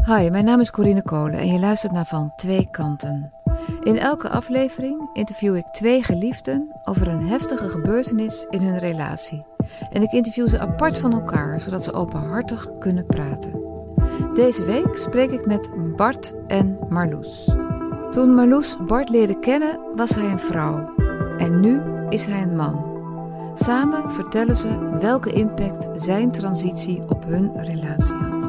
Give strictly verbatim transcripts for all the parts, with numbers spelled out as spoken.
Hi, mijn naam is Corine Kolen en je luistert naar Van Twee Kanten. In elke aflevering interview ik twee geliefden over een heftige gebeurtenis in hun relatie. En ik interview ze apart van elkaar, zodat ze openhartig kunnen praten. Deze week spreek ik met Bart en Marloes. Toen Marloes Bart leerde kennen, was hij een vrouw. En nu is hij een man. Samen vertellen ze welke impact zijn transitie op hun relatie had.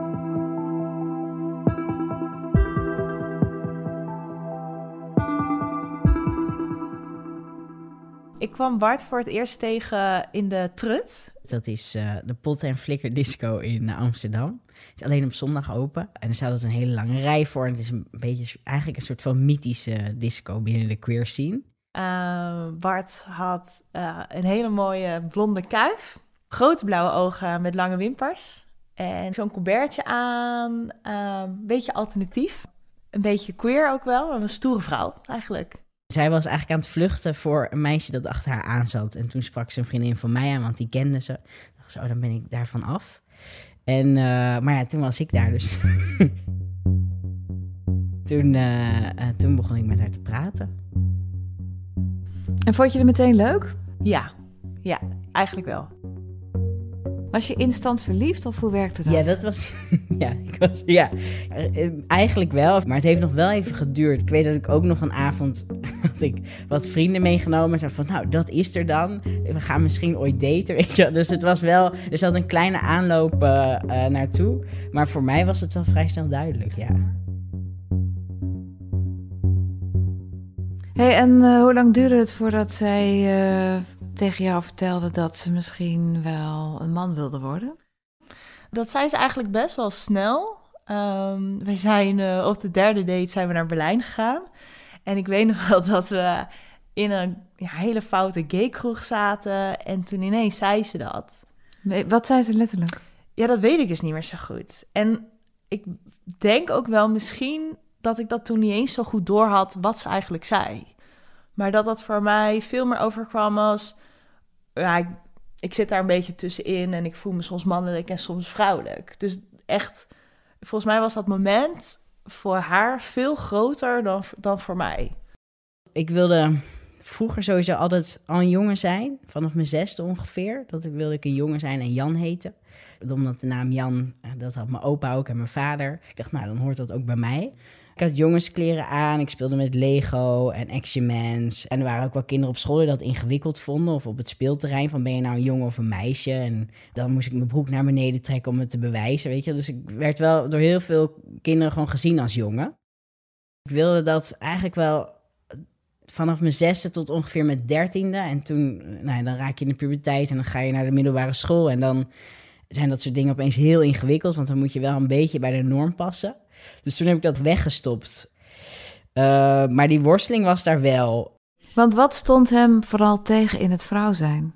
Ik kwam Bart voor het eerst tegen in de Trut. Dat is uh, de Pot en Flikker Disco in uh, Amsterdam. Het is alleen op zondag open. En er staat altijd een hele lange rij voor. En het is een beetje eigenlijk een soort van mythische disco binnen de queer scene. Uh, Bart had uh, een hele mooie blonde kuif. Grote blauwe ogen met lange wimpers. En zo'n colbertje aan. Uh, een beetje alternatief. Een beetje queer ook wel. Een stoere vrouw eigenlijk. Zij was eigenlijk aan het vluchten voor een meisje dat achter haar aan zat. En toen sprak ze een vriendin van mij aan, want die kende ze. Ik dacht zo, dan ben ik daarvan af. En, uh, maar ja, toen was ik daar dus. toen, uh, uh, toen begon ik met haar te praten. En vond je het meteen leuk? Ja, ja, eigenlijk wel. Was je instant verliefd of hoe werkte dat? Ja, dat was... ja, ik was, ja, eigenlijk wel. Maar het heeft nog wel even geduurd. Ik weet dat ik ook nog een avond... had ik wat vrienden meegenomen. Zo van, nou, dat is er dan. We gaan misschien ooit daten, weet je. Dus het was wel... Er zat een kleine aanloop uh, uh, naartoe. Maar voor mij was het wel vrij snel duidelijk, ja. Hey, en uh, hoe lang duurde het voordat zij... Uh... tegen jou vertelde dat ze misschien wel een man wilde worden? Dat zei ze eigenlijk best wel snel. Um, we zijn uh, op de derde date zijn we naar Berlijn gegaan. En ik weet nog wel dat we in een ja, hele foute gaykroeg zaten. En toen ineens zei ze dat. Wat zei ze letterlijk? Ja, dat weet ik dus niet meer zo goed. En ik denk ook wel misschien dat ik dat toen niet eens zo goed doorhad wat ze eigenlijk zei. Maar dat dat voor mij veel meer overkwam als... Ja, ik, ik zit daar een beetje tussenin en ik voel me soms mannelijk en soms vrouwelijk. Dus echt, volgens mij was dat moment voor haar veel groter dan, dan voor mij. Ik wilde vroeger sowieso altijd al een jongen zijn, vanaf mijn zesde ongeveer. Dat ik wilde ik een jongen zijn en Jan heten. Omdat de naam Jan, dat had mijn opa ook en mijn vader. Ik dacht, nou, dan hoort dat ook bij mij. Ik had jongenskleren aan, ik speelde met Lego en Action Mans. En er waren ook wel kinderen op school die dat ingewikkeld vonden. Of op het speelterrein van ben je nou een jongen of een meisje. En dan moest ik mijn broek naar beneden trekken om het te bewijzen, weet je. Dus ik werd wel door heel veel kinderen gewoon gezien als jongen. Ik wilde dat eigenlijk wel vanaf mijn zesde tot ongeveer mijn dertiende. En toen, nou, dan raak je in de puberteit en dan ga je naar de middelbare school. En dan zijn dat soort dingen opeens heel ingewikkeld, want dan moet je wel een beetje bij de norm passen. Dus toen heb ik dat weggestopt. Uh, maar die worsteling was daar wel. Want wat stond hem vooral tegen in het vrouw zijn?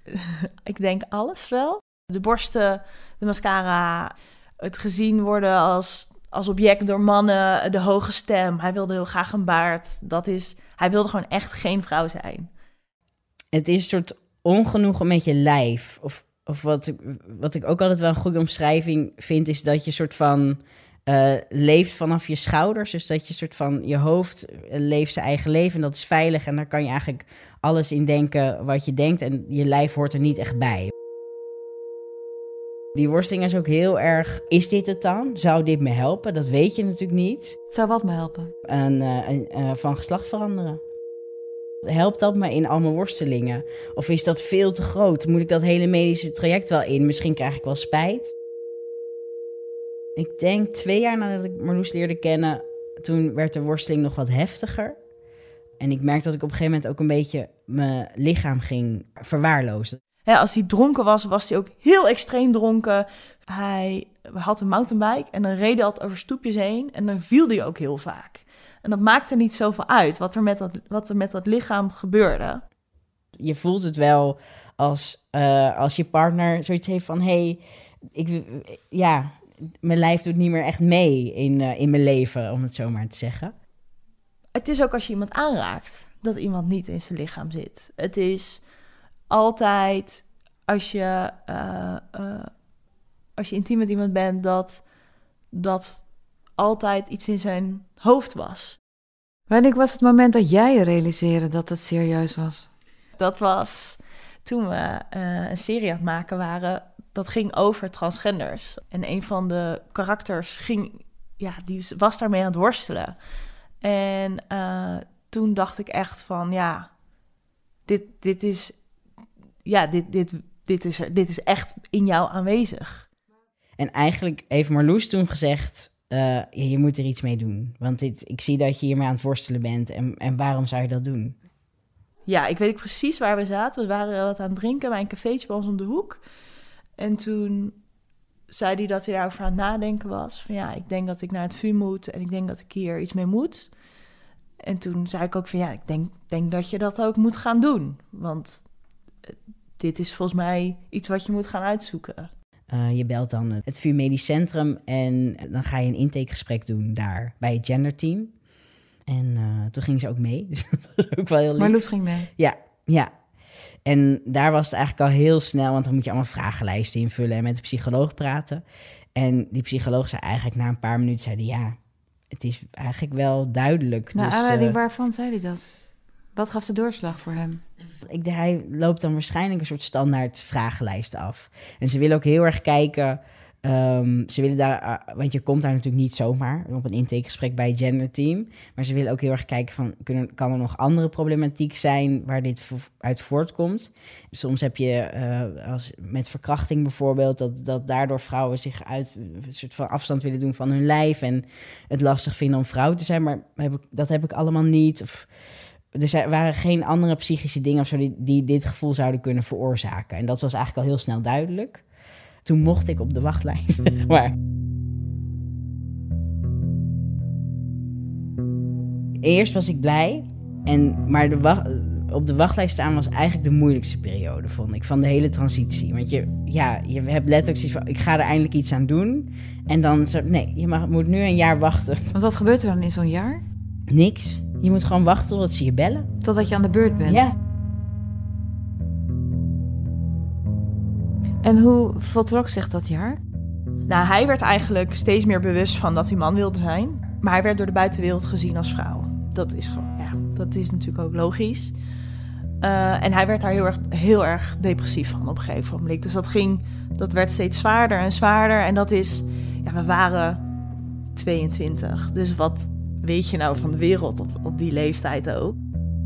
Ik denk alles wel. De borsten, de mascara, het gezien worden als, als object door mannen, de hoge stem. Hij wilde heel graag een baard. Dat is, hij wilde gewoon echt geen vrouw zijn. Het is een soort ongenoegen met je lijf. Of, of wat, ik, wat ik ook altijd wel een goede omschrijving vind, is dat je soort van... Uh, leeft vanaf je schouders. Dus dat je soort van je hoofd leeft zijn eigen leven en dat is veilig. En daar kan je eigenlijk alles in denken wat je denkt. En je lijf hoort er niet echt bij. Die worsteling is ook heel erg... Is dit het dan? Zou dit me helpen? Dat weet je natuurlijk niet. Zou wat me helpen? En, uh, en, uh, van geslacht veranderen. Helpt dat me in al mijn worstelingen? Of is dat veel te groot? Moet ik dat hele medische traject wel in? Misschien krijg ik wel spijt. Ik denk twee jaar nadat ik Marloes leerde kennen, toen werd de worsteling nog wat heftiger. En ik merkte dat ik op een gegeven moment ook een beetje mijn lichaam ging verwaarlozen. Ja, als hij dronken was, was hij ook heel extreem dronken. Hij had een mountainbike en dan reed hij altijd over stoepjes heen en dan viel hij ook heel vaak. En dat maakte niet zoveel uit wat er met dat, wat er met dat lichaam gebeurde. Je voelt het wel als, uh, als je partner zoiets heeft van... Hey, ik, ja, mijn lijf doet niet meer echt mee in, uh, in mijn leven, om het zo maar te zeggen. Het is ook als je iemand aanraakt, dat iemand niet in zijn lichaam zit. Het is altijd als je, uh, uh, als je intiem met iemand bent, dat, dat altijd iets in zijn hoofd was. Wanneer was het moment dat jij je realiseerde dat het serieus was? Dat was toen we uh, een serie aan het maken waren. Dat ging over transgenders. En een van de karakters ging, ja, die was daarmee aan het worstelen. En uh, toen dacht ik echt van, ja, dit, dit is, ja, dit, dit, dit is er, dit is echt in jou aanwezig. En eigenlijk heeft Marloes toen gezegd, uh, je moet er iets mee doen. Want dit, ik zie dat je hiermee aan het worstelen bent. En, en waarom zou je dat doen? Ja, ik weet precies waar we zaten. We waren wat aan het drinken bij een cafeetje bij ons om de hoek. En toen zei hij dat hij daarover aan het nadenken was. Van ja, ik denk dat ik naar het V U moet en ik denk dat ik hier iets mee moet. En toen zei ik ook van ja, ik denk, denk dat je dat ook moet gaan doen. Want dit is volgens mij iets wat je moet gaan uitzoeken. Uh, je belt dan het V U Medisch Centrum en dan ga je een intakegesprek doen daar bij het genderteam. En uh, toen ging ze ook mee, dus dat was ook wel heel lief. Marloes ging mee? Ja, ja. En daar was het eigenlijk al heel snel, want dan moet je allemaal vragenlijsten invullen en met de psycholoog praten. En die psycholoog zei eigenlijk na een paar minuten, zei die, ja, het is eigenlijk wel duidelijk. Nou, dus, aanleiding uh, waarvan zei hij dat? Wat gaf de doorslag voor hem? Ik, hij loopt dan waarschijnlijk een soort standaard vragenlijst af. En ze willen ook heel erg kijken. Um, ze willen daar, uh, want je komt daar natuurlijk niet zomaar op een intakegesprek bij het genderteam. Maar ze willen ook heel erg kijken van, kunnen, kan er nog andere problematiek zijn waar dit vo- uit voortkomt? Soms heb je uh, als, met verkrachting bijvoorbeeld, dat, dat daardoor vrouwen zich uit een soort van afstand willen doen van hun lijf en het lastig vinden om vrouw te zijn. Maar heb ik, dat heb ik allemaal niet. Of, er waren geen andere psychische dingen of zo die, die dit gevoel zouden kunnen veroorzaken. En dat was eigenlijk al heel snel duidelijk. Toen mocht ik op de wachtlijst, zeg maar. Eerst was ik blij, en, maar de wacht, op de wachtlijst staan was eigenlijk de moeilijkste periode, vond ik, van de hele transitie. Want je, ja, je hebt letterlijk zoiets van, ik ga er eindelijk iets aan doen. En dan, zo, nee, je mag, moet nu een jaar wachten. Want wat gebeurt er dan in zo'n jaar? Niks. Je moet gewoon wachten totdat ze je bellen. Totdat je aan de beurt bent? Ja. En hoe voltrok zich dat jaar? Nou, hij werd eigenlijk steeds meer bewust van dat hij man wilde zijn. Maar hij werd door de buitenwereld gezien als vrouw. Dat is gewoon, ja, dat is natuurlijk ook logisch. Uh, en hij werd daar heel erg, heel erg depressief van op een gegeven moment. Dus dat ging, dat werd steeds zwaarder en zwaarder. En dat is, ja, we waren tweeëntwintig. Dus wat weet je nou van de wereld op, op die leeftijd ook?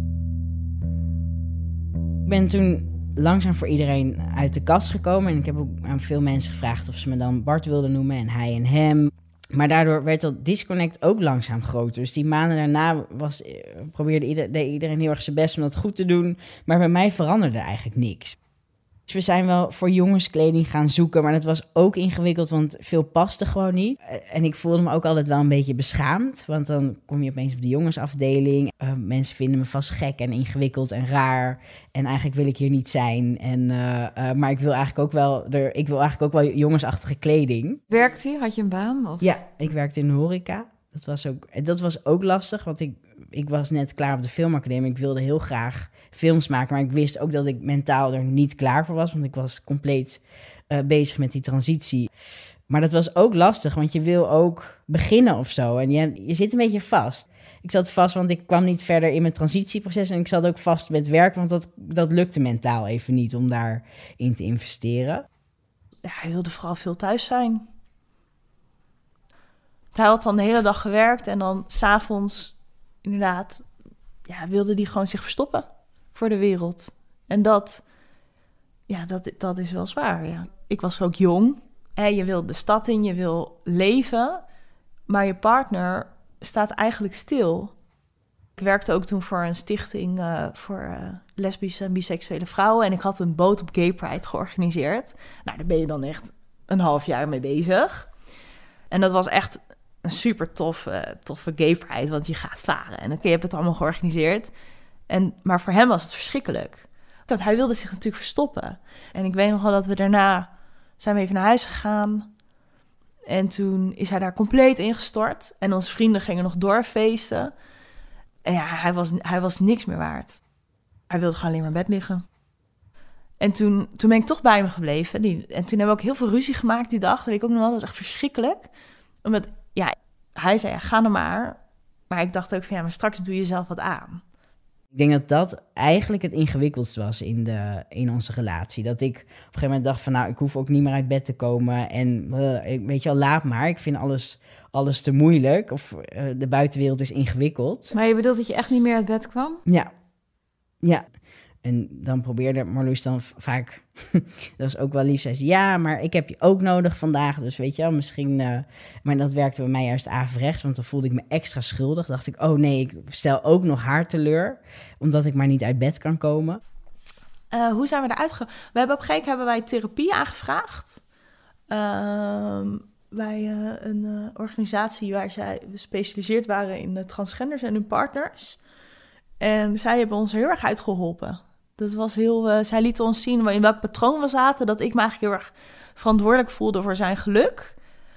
Ik ben toen langzaam voor iedereen uit de kast gekomen. En ik heb ook aan veel mensen gevraagd of ze me dan Bart wilden noemen en hij en hem. Maar daardoor werd dat disconnect ook langzaam groter. Dus die maanden daarna was, probeerde ieder, deed iedereen heel erg zijn best om dat goed te doen. Maar bij mij veranderde eigenlijk niks. Dus we zijn wel voor jongenskleding gaan zoeken, maar dat was ook ingewikkeld, want veel paste gewoon niet. En ik voelde me ook altijd wel een beetje beschaamd, want dan kom je opeens op de jongensafdeling. Uh, mensen vinden me vast gek en ingewikkeld en raar. En eigenlijk wil ik hier niet zijn. En, uh, uh, maar ik wil eigenlijk ook wel, er, ik wil eigenlijk ook wel jongensachtige kleding. Werkte je? Had je een baan? Of? Ja, ik werkte in de horeca. Dat was ook, dat was ook lastig, want ik, ik was net klaar op de filmacademie. Ik wilde heel graag films maken, maar ik wist ook dat ik mentaal er niet klaar voor was, want ik was compleet uh, bezig met die transitie. Maar dat was ook lastig, want je wil ook beginnen of zo. En je, je zit een beetje vast. Ik zat vast, want ik kwam niet verder in mijn transitieproces. En ik zat ook vast met werk, want dat, dat lukte mentaal even niet om daarin te investeren. Ja, hij wilde vooral veel thuis zijn. Hij had dan de hele dag gewerkt en dan 's avonds inderdaad, ja, wilde hij gewoon zich verstoppen voor de wereld. En dat, ja, dat, dat is wel zwaar. Ja. Ik was ook jong. En je wil de stad in, je wil leven, maar je partner staat eigenlijk stil. Ik werkte ook toen voor een stichting uh, voor uh, lesbische en biseksuele vrouwen. En ik had een boot op Gay Pride georganiseerd. Nou, daar ben je dan echt een half jaar mee bezig. En dat was echt een super toffe, toffe Gay Pride, want je gaat varen. En je hebt het allemaal georganiseerd. En, maar voor hem was het verschrikkelijk. Want hij wilde zich natuurlijk verstoppen. En ik weet nog wel dat we daarna zijn we even naar huis gegaan. En toen is hij daar compleet ingestort. En onze vrienden gingen nog doorfeesten. En ja, hij was, hij was niks meer waard. Hij wilde gewoon alleen maar in bed liggen. En toen, toen ben ik toch bij hem gebleven. Die, en toen hebben we ook heel veel ruzie gemaakt die dag. Dat weet ik ook nog wel, dat was echt verschrikkelijk. Omdat, ja, hij zei, ja, ga nou maar. Maar ik dacht ook van, ja, maar straks doe je zelf wat aan. Ik denk dat dat eigenlijk het ingewikkeldste was in, de, in onze relatie. Dat ik op een gegeven moment dacht van, nou, ik hoef ook niet meer uit bed te komen. En uh, ik, weet je wel, laat maar. Ik vind alles, alles te moeilijk. Of uh, de buitenwereld is ingewikkeld. Maar je bedoelt dat je echt niet meer uit bed kwam? Ja, ja. En dan probeerde Marloes dan v- vaak, dat was ook wel lief, zei ze, ja, maar ik heb je ook nodig vandaag. Dus weet je wel, misschien, uh, maar dat werkte bij mij juist averechts, want dan voelde ik me extra schuldig. Dacht ik, oh nee, ik stel ook nog haar teleur, omdat ik maar niet uit bed kan komen. Uh, hoe zijn we eruit gegaan? We hebben op een gegeven moment hebben wij therapie aangevraagd. Uh, bij uh, een uh, organisatie waar zij gespecialiseerd waren in uh, transgenders en hun partners. En zij hebben ons heel erg uitgeholpen. Dat was heel, uh, zij lieten ons zien in welk patroon we zaten, dat ik me eigenlijk heel erg verantwoordelijk voelde voor zijn geluk.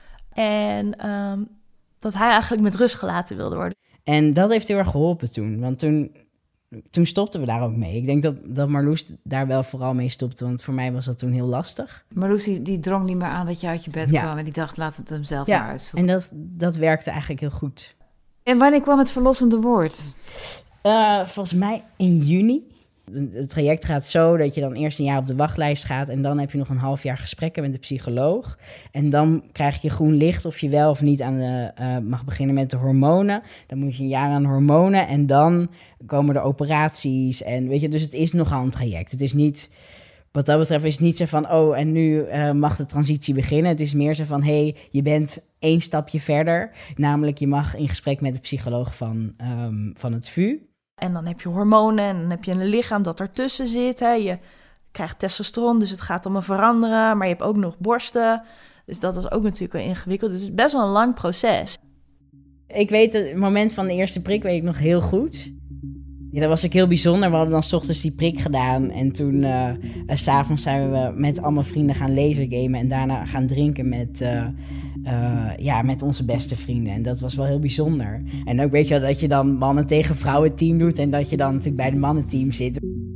En um, dat hij eigenlijk met rust gelaten wilde worden. En dat heeft heel erg geholpen toen, want toen, toen stopten we daar ook mee. Ik denk dat, dat Marloes daar wel vooral mee stopte, want voor mij was dat toen heel lastig. Marloes die, die drong niet meer aan dat je uit je bed Ja. kwam en die dacht, laat het hem zelf Ja, maar uitzoeken. en dat, dat werkte eigenlijk heel goed. En wanneer kwam het verlossende woord? Uh, volgens mij in juni. Het traject gaat zo dat je dan eerst een jaar op de wachtlijst gaat en dan heb je nog een half jaar gesprekken met de psycholoog. En dan krijg je groen licht of je wel of niet aan de, uh, mag beginnen met de hormonen. Dan moet je een jaar aan hormonen en dan komen er operaties. En weet je, dus het is nogal een traject. Het is niet, wat dat betreft is het niet zo van, oh, en nu uh, mag de transitie beginnen. Het is meer zo van, hé, hey, je bent één stapje verder. Namelijk, je mag in gesprek met de psycholoog van, um, van het V U. En dan heb je hormonen en dan heb je een lichaam dat ertussen zit. Hè. Je krijgt testosteron, dus het gaat allemaal veranderen. Maar je hebt ook nog borsten. Dus dat was ook natuurlijk wel ingewikkeld. Dus het is best wel een lang proces. Ik weet het moment van de eerste prik weet ik nog heel goed. Ja, dat was ook heel bijzonder. We hadden dan 's ochtends die prik gedaan. En toen, uh, uh, 's avonds zijn we met allemaal vrienden gaan lasergamen. En daarna gaan drinken met, uh, uh, ja, met onze beste vrienden. En dat was wel heel bijzonder. En ook weet je wel dat je dan mannen tegen vrouwen team doet. En dat je dan natuurlijk bij de mannenteam zit.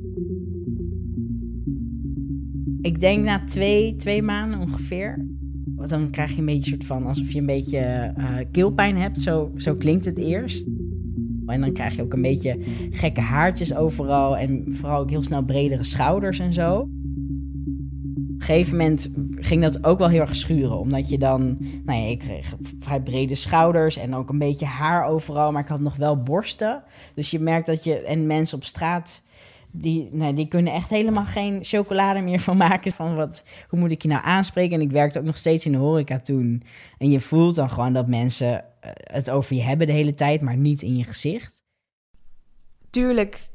Ik denk na twee, twee maanden ongeveer. Dan krijg je een beetje soort van alsof je een beetje uh, keelpijn hebt. Zo, zo klinkt het eerst. En dan krijg je ook een beetje gekke haartjes overal. En vooral ook heel snel bredere schouders en zo. Op een gegeven moment ging dat ook wel heel erg schuren. Omdat je dan... Nou ja, ik kreeg vrij brede schouders en ook een beetje haar overal. Maar ik had nog wel borsten. Dus je merkt dat je... En mensen op straat... Die, nou, die kunnen echt helemaal geen chocolade meer van maken. Van wat, hoe moet ik je nou aanspreken? En ik werkte ook nog steeds in de horeca toen. En je voelt dan gewoon dat mensen het over je hebben de hele tijd, maar niet in je gezicht. Tuurlijk,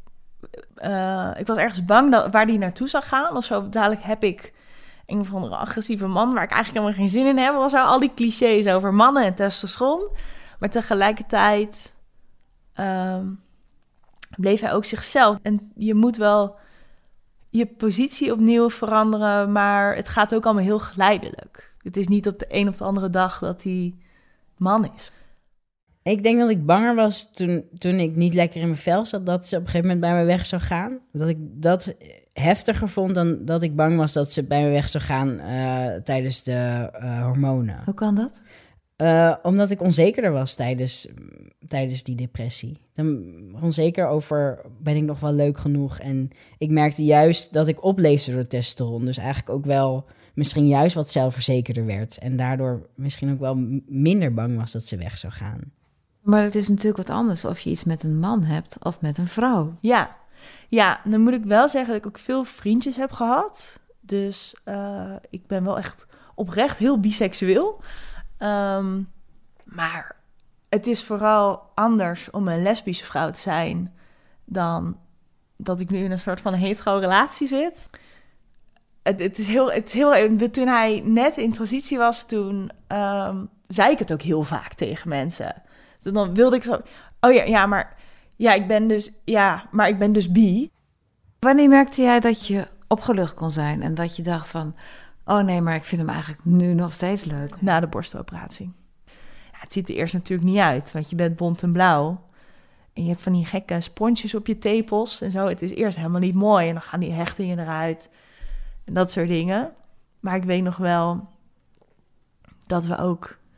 uh, ik was ergens bang dat, waar die naartoe zou gaan. Of zo, dadelijk heb ik een of andere agressieve man waar ik eigenlijk helemaal geen zin in heb. Of zo, al die clichés over mannen en testosteron. Maar tegelijkertijd... Um, bleef hij ook zichzelf. En je moet wel je positie opnieuw veranderen, maar het gaat ook allemaal heel geleidelijk. Het is niet op de een of de andere dag dat hij man is. Ik denk dat ik banger was toen, toen ik niet lekker in mijn vel zat, dat ze op een gegeven moment bij me weg zou gaan. Dat ik dat heftiger vond dan dat ik bang was dat ze bij me weg zou gaan uh, tijdens de uh, hormonen. Hoe kan dat? Uh, omdat ik onzekerder was tijdens, tijdens die depressie. Dan onzeker over, ben ik nog wel leuk genoeg? En ik merkte juist dat ik opleefde door testosteron. Dus eigenlijk ook wel misschien juist wat zelfverzekerder werd. En daardoor misschien ook wel minder bang was dat ze weg zou gaan. Maar het is natuurlijk wat anders of je iets met een man hebt of met een vrouw. Ja, ja, dan moet ik wel zeggen dat ik ook veel vriendjes heb gehad. Dus uh, ik ben wel echt oprecht heel biseksueel. Um, maar het is vooral anders om een lesbische vrouw te zijn dan dat ik nu in een soort van hetero-relatie zit. Het, het is heel, het is heel, toen hij net in transitie was, toen um, zei ik het ook heel vaak tegen mensen. Dus dan wilde ik zo, oh ja, ja, maar ja, ik ben dus, ja, maar ik ben dus bi. Wanneer merkte jij dat je opgelucht kon zijn en dat je dacht van, oh nee, maar ik vind hem eigenlijk nu nog steeds leuk? Na de borstoperatie. Ja, het ziet er eerst natuurlijk niet uit, want je bent bont en blauw. En je hebt van die gekke sponsjes op je tepels en zo. Het is eerst helemaal niet mooi en dan gaan die hechtingen eruit. En dat soort dingen. Maar ik weet nog wel dat we ook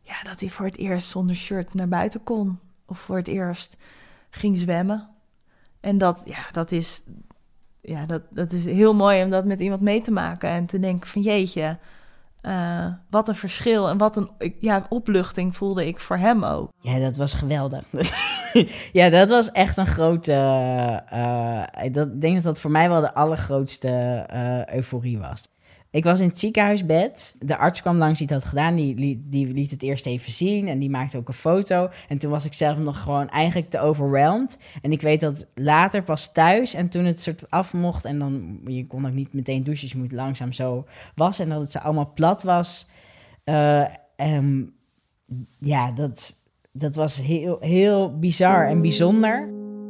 ja, dat hij voor het eerst zonder shirt naar buiten kon. Of voor het eerst ging zwemmen. En dat, ja, dat is, ja, dat, dat is heel mooi om dat met iemand mee te maken. En te denken van jeetje, uh, wat een verschil. En wat een ja, opluchting voelde ik voor hem ook. Ja, dat was geweldig. Ja, dat was echt een grote... Uh, dat, ik denk dat dat voor mij wel de allergrootste uh, euforie was. Ik was in het ziekenhuisbed. De arts kwam langs die het had gedaan. Die, die, die liet het eerst even zien en die maakte ook een foto. En toen was ik zelf nog gewoon eigenlijk te overwhelmed. En ik weet dat later pas thuis en toen het soort af mocht... en dan, je kon ook niet meteen douchen, dus je moet langzaam zo wassen... en dat het zo allemaal plat was. Uh, um, ja, dat, dat was heel, heel bizar en bijzonder.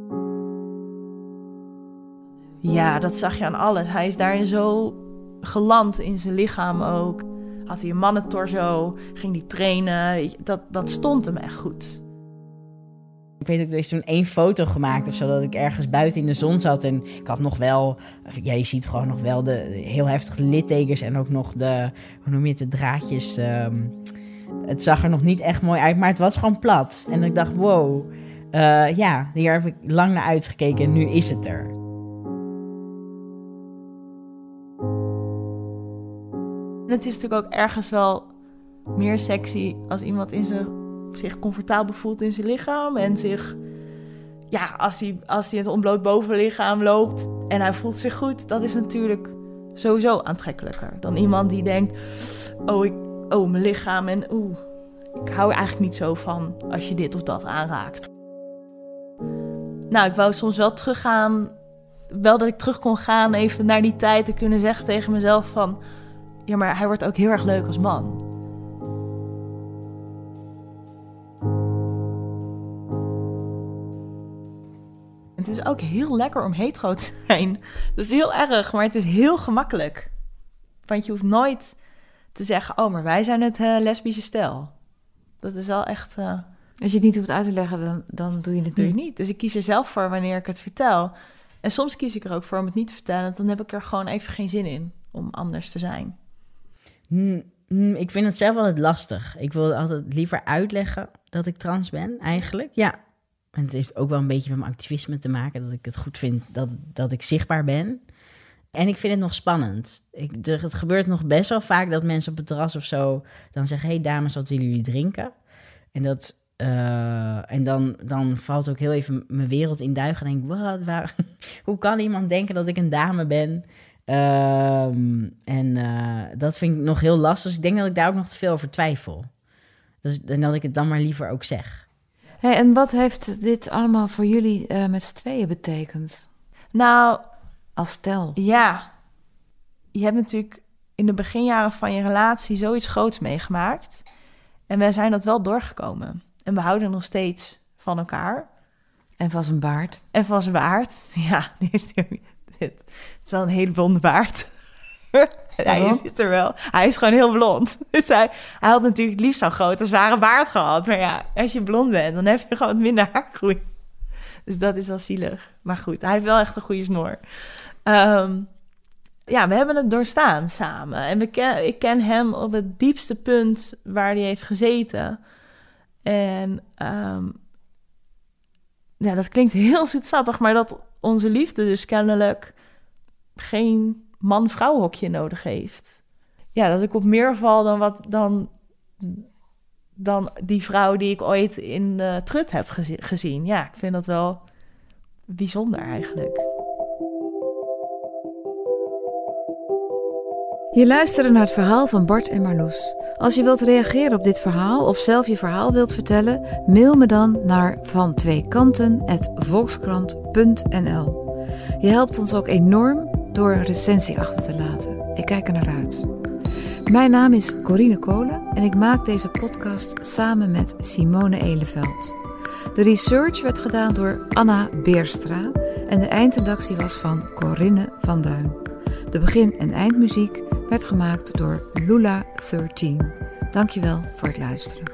Ja, dat zag je aan alles. Hij is daarin zo... geland in zijn lichaam ook. Had hij een mannentorso, ging hij trainen. Dat, dat stond hem echt goed. Ik weet ook, er is toen één foto gemaakt of zo... dat ik ergens buiten in de zon zat. En ik had nog wel... Ja, je ziet gewoon nog wel de heel heftige littekens... en ook nog de, hoe noem je het, de draadjes. Um, het zag er nog niet echt mooi uit, maar het was gewoon plat. En ik dacht, wow. Uh, ja, hier heb ik lang naar uitgekeken en nu is het er. En het is natuurlijk ook ergens wel meer sexy als iemand in zijn, zich comfortabel voelt in zijn lichaam. En zich, ja, als hij, als hij het ontbloot bovenlichaam loopt en hij voelt zich goed, dat is natuurlijk sowieso aantrekkelijker dan iemand die denkt, oh, ik, oh mijn lichaam en oeh, ik hou er eigenlijk niet zo van als je dit of dat aanraakt. Nou, ik wou soms wel teruggaan, wel dat ik terug kon gaan even naar die tijd en kunnen zeggen tegen mezelf van, ja, maar hij wordt ook heel erg leuk als man. Het is ook heel lekker om hetero te zijn. Dat is heel erg, maar het is heel gemakkelijk. Want je hoeft nooit te zeggen, oh, maar wij zijn het uh, lesbische stel. Dat is wel echt... Uh... Als je het niet hoeft uit te leggen, dan, dan doe je het doe niet. je niet. Dus ik kies er zelf voor wanneer ik het vertel. En soms kies ik er ook voor om het niet te vertellen. Dan heb ik er gewoon even geen zin in om anders te zijn. Hmm, hmm, ik vind het zelf altijd lastig. Ik wil altijd liever uitleggen dat ik trans ben, eigenlijk. Ja, en het heeft ook wel een beetje met mijn activisme te maken... dat ik het goed vind dat, dat ik zichtbaar ben. En ik vind het nog spannend. Ik, er, het gebeurt nog best wel vaak dat mensen op het terras of zo... dan zeggen, hey dames, wat willen jullie drinken? En, dat, uh, en dan, dan valt ook heel even mijn wereld in duigen. En denk ik, wat, waar, hoe kan iemand denken dat ik een dame ben... Um, en uh, dat vind ik nog heel lastig. Dus ik denk dat ik daar ook nog te veel over twijfel. Dus, en dat ik het dan maar liever ook zeg. Hey, en wat heeft dit allemaal voor jullie uh, met z'n tweeën betekend? Nou... Als stel. Ja. Je hebt natuurlijk in de beginjaren van je relatie zoiets groots meegemaakt. En wij zijn dat wel doorgekomen. En we houden nog steeds van elkaar. En van zijn baard. En van zijn baard. Ja, die heeft hij ook. Het is wel een hele blonde baard. Hij zit er wel. Hij is gewoon heel blond. Dus hij, hij had natuurlijk het liefst zo'n grote, zware baard gehad. Maar ja, als je blond bent, dan heb je gewoon wat minder haargroei. Dus dat is wel zielig. Maar goed, hij heeft wel echt een goede snor. Um, ja, we hebben het doorstaan samen. En we ken, ik ken hem op het diepste punt waar hij heeft gezeten. En um, ja, dat klinkt heel zoetsappig, maar dat onze liefde dus kennelijk geen man-vrouw hokje nodig heeft. Ja, dat ik op meer val dan, wat, dan, dan die vrouw die ik ooit in uh, Trut heb gezi- gezien. Ja, ik vind dat wel bijzonder eigenlijk. Je luisterde naar het verhaal van Bart en Marloes. Als je wilt reageren op dit verhaal of zelf je verhaal wilt vertellen, mail me dan naar van twee kanten apenstaartje volkskrant punt n l. Je helpt ons ook enorm door een recensie achter te laten. Ik kijk er naar uit. Mijn naam is Corine Kolen en ik maak deze podcast samen met Simone Eleveld. De research werd gedaan door Anna Beerstra en de eindredactie was van Corinne van Duin. De begin- en eindmuziek werd gemaakt door Lula dertien. Dankjewel voor het luisteren.